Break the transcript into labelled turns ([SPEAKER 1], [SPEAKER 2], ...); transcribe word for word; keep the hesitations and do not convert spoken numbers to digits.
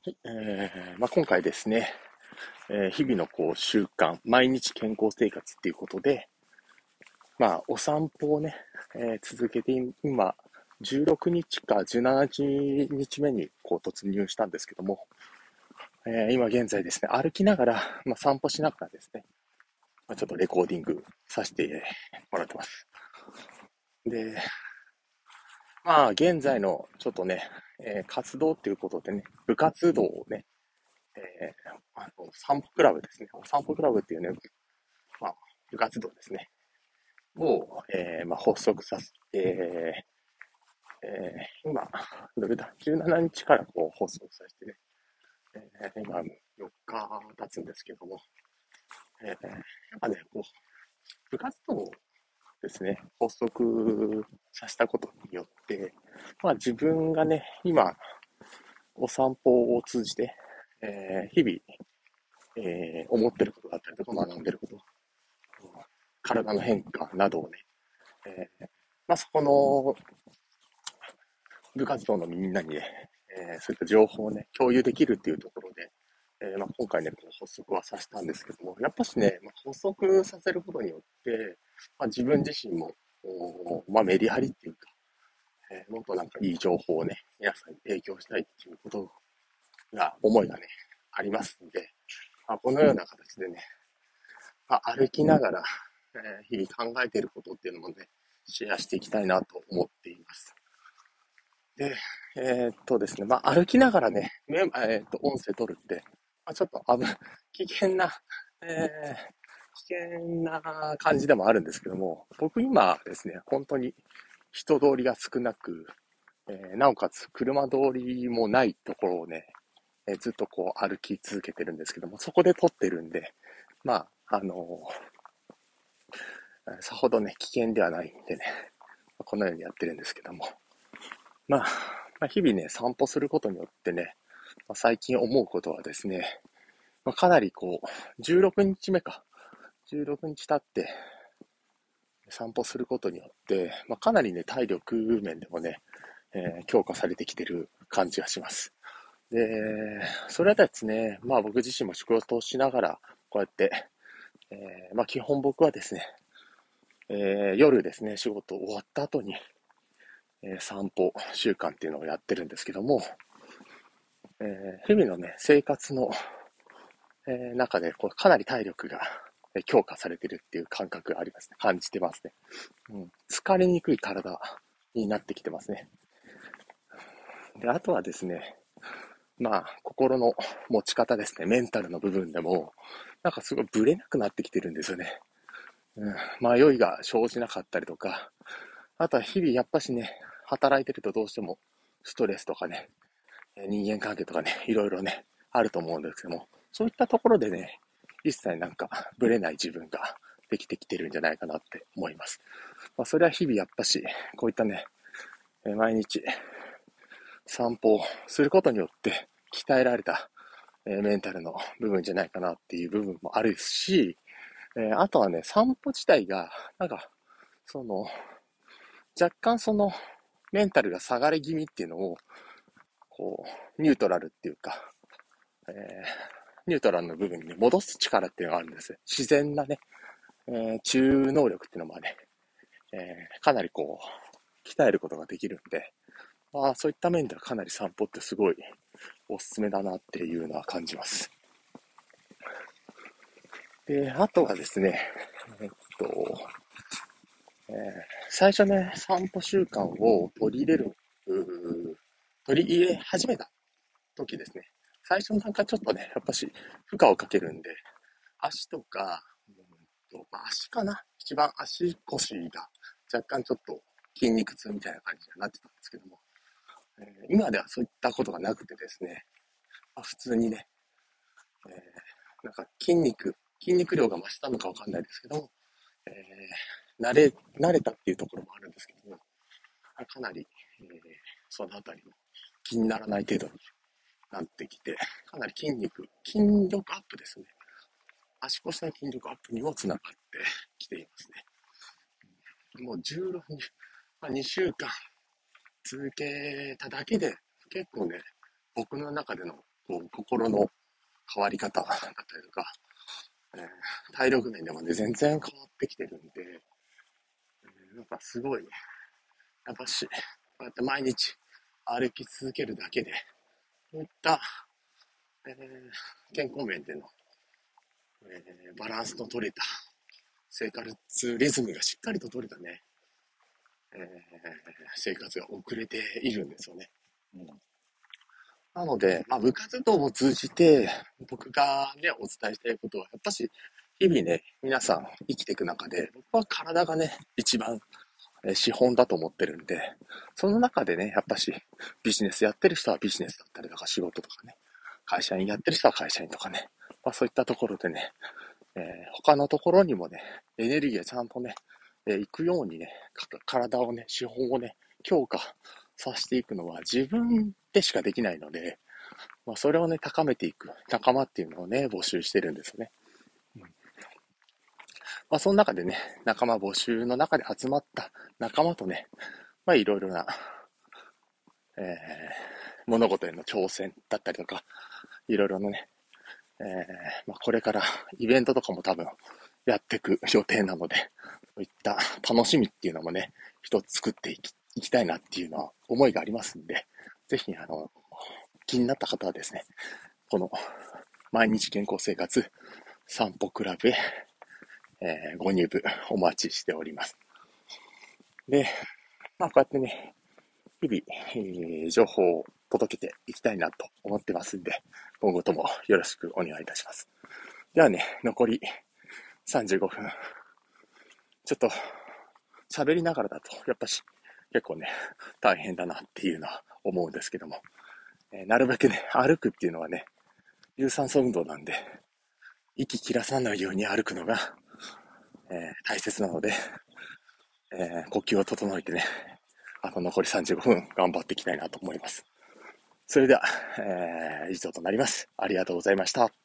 [SPEAKER 1] はい、えーまあ、今回ですね、えー日々のこう習慣、毎日健康生活っていうことで、まあ、お散歩をね、えー続けて今、じゅうろくにちかじゅうしちにちめにこう突入したんですけども、えー今現在ですね、歩きながら、まあ、散歩しながらですね、まあ、ちょっとレコーディングさせてもらってます。で、まあ、現在のちょっとね、えー活動っていうことでね、部活動をね、えーあの散歩クラブですね。お散歩クラブっていうね、まあ、部活動ですね。を、えーまあ、発足させて、えー今、どれだ、じゅうしちにちからこう発足させてね、えー今よっか経つんですけども、えー、やっぱね、こう、部活動ですね、発足させたことによって、まあ自分がね、今、お散歩を通じて、えー日々、えー思ってることだったりとか学んでること、体の変化などをね、えーまあそこの部活動のみんなにね、えーそういった情報をね、共有できるっていうところで、えーまあ、今回ね、こう発足はさせたんですけども、やっぱしね、まあ、発足させることによって、まあ、自分自身も、まあ、メリハリっていうか、えーもっとなんかいい情報をね、皆さんに提供したいっていうことが、思いがね、ありますんで、まあ、このような形でね、まあ、歩きながら、えー日々考えていることっていうのもね、シェアしていきたいなと思っています。で、えーっとですね、まあ、歩きながらね、メえーっと、音声取るって、まあ、ちょっと危、危険な、えー、危険な感じでもあるんですけども、僕今ですね、本当に人通りが少なく、えーなおかつ車通りもないところをね、えーずっとこう歩き続けてるんですけども、そこで撮ってるんで、まあ、あのーさほどね、危険ではないんでね、このようにやってるんですけども、まあ、まあ、日々ね、散歩することによってね、まあ、最近思うことはですね、まあ、かなりこう、じゅうろくにちめか、じゅうろくにち経って散歩することによって、まあ、かなりね、体力面でもね、えー強化されてきてる感じがします。で、それはですね、まあ僕自身も仕事をしながら、こうやって、えーまあ基本僕はですね、えー夜ですね、仕事終わった後に、えー散歩習慣っていうのをやってるんですけども、えー日々のね、生活の、えー中でこうかなり体力が強化されてるっていう感覚がありますね。感じてますね。うん、疲れにくい体になってきてますね。で、あとはですね、まあ、心の持ち方ですね。メンタルの部分でも、なんかすごいブレなくなってきてるんですよね。うん、迷いが生じなかったりとか、あとは日々やっぱしね、働いてるとどうしてもストレスとかね、人間関係とかね、いろいろね、あると思うんですけども、そういったところでね、一切なんかブレない自分ができてきてるんじゃないかなって思います。まあ、それは日々やっぱし、こういったね、毎日散歩をすることによって鍛えられた、えーメンタルの部分じゃないかなっていう部分もあるし、えーあとはね、散歩自体が、なんか、その、若干その、メンタルが下がり気味っていうのを、こう、ニュートラルっていうか、えーニュートラルの部分に、ね、戻す力っていうのがあるんです。自然なね、えー中能力っていうのもね、えーかなりこう、鍛えることができるんで、まあ、そういった面ではかなり散歩ってすごいおすすめだなっていうのは感じます。で、あとはですね、えっと、えー最初ね、散歩習慣を取り入れる、取り入れ始めた時ですね。最初なんかちょっとね、やっぱし負荷をかけるんで、足とか、うんとまあ、足かな一番足腰が若干ちょっと筋肉痛みたいな感じになってたんですけども、えー今ではそういったことがなくてですね、まあ、普通にね、えーなんか筋肉、筋肉量が増したのかわかんないですけども、えー慣れ、慣れたっていうところもあるんですけども、かなり、えーそのあたりも気にならない程度になってきて、かなり筋肉、筋力アップですね。足腰の筋力アップにもつながってきていますね。もうじゅうろくにち、まあ、にしゅうかん続けただけで、結構ね、僕の中でのこう、心の変わり方だったりとか、えー体力面でもね、全然変わってきてるんで、えーなんかすごい、やっぱし、こうやって毎日歩き続けるだけで、こういった、えー健康面での、えーバランスの取れた生活リズムがしっかりと取れたね、えー生活が遅れているんですよね。うん、なので、まあ、部活動を通じて僕がね、お伝えしたいことは、やっぱし日々ね、皆さん生きていく中で、僕は体がね、一番資本だと思ってるんで、その中でね、やっぱしビジネスやってる人はビジネスだったりとか仕事とかね、会社員やってる人は会社員とかね、まあそういったところでね、えー他のところにもね、エネルギーがちゃんとね、えー行くようにね、体をね、資本をね、強化させていくのは自分でしかできないので、まあそれをね、高めていく、仲間っていうのをね、募集してるんですよね。うん、まあその中でね、仲間募集の中で集まった仲間とね、まあいろいろな、えー物事への挑戦だったりとか、いろいろなね、えーまあ、これからイベントとかも多分やっていく予定なので、そういった楽しみっていうのもね、一つ作っていきいきたいなっていうのは思いがありますんで、ぜひ、あの、気になった方はですね、この毎日健康生活散歩クラブへ、えーご入部お待ちしております。で、まあ、こうやってね、日々、えー情報を届けていきたいなと思ってますんで、今後ともよろしくお願いいたします。ではね、残りさんじゅうごふん。ちょっと喋りながらだと、やっぱし結構ね、大変だなっていうのは思うんですけども、えーなるべくね、歩くっていうのはね、有酸素運動なんで、息切らさないように歩くのが、えー大切なので、えー呼吸を整えてね、あと残りさんじゅうごふん頑張っていきたいなと思います。それでは、えー以上となります。ありがとうございました。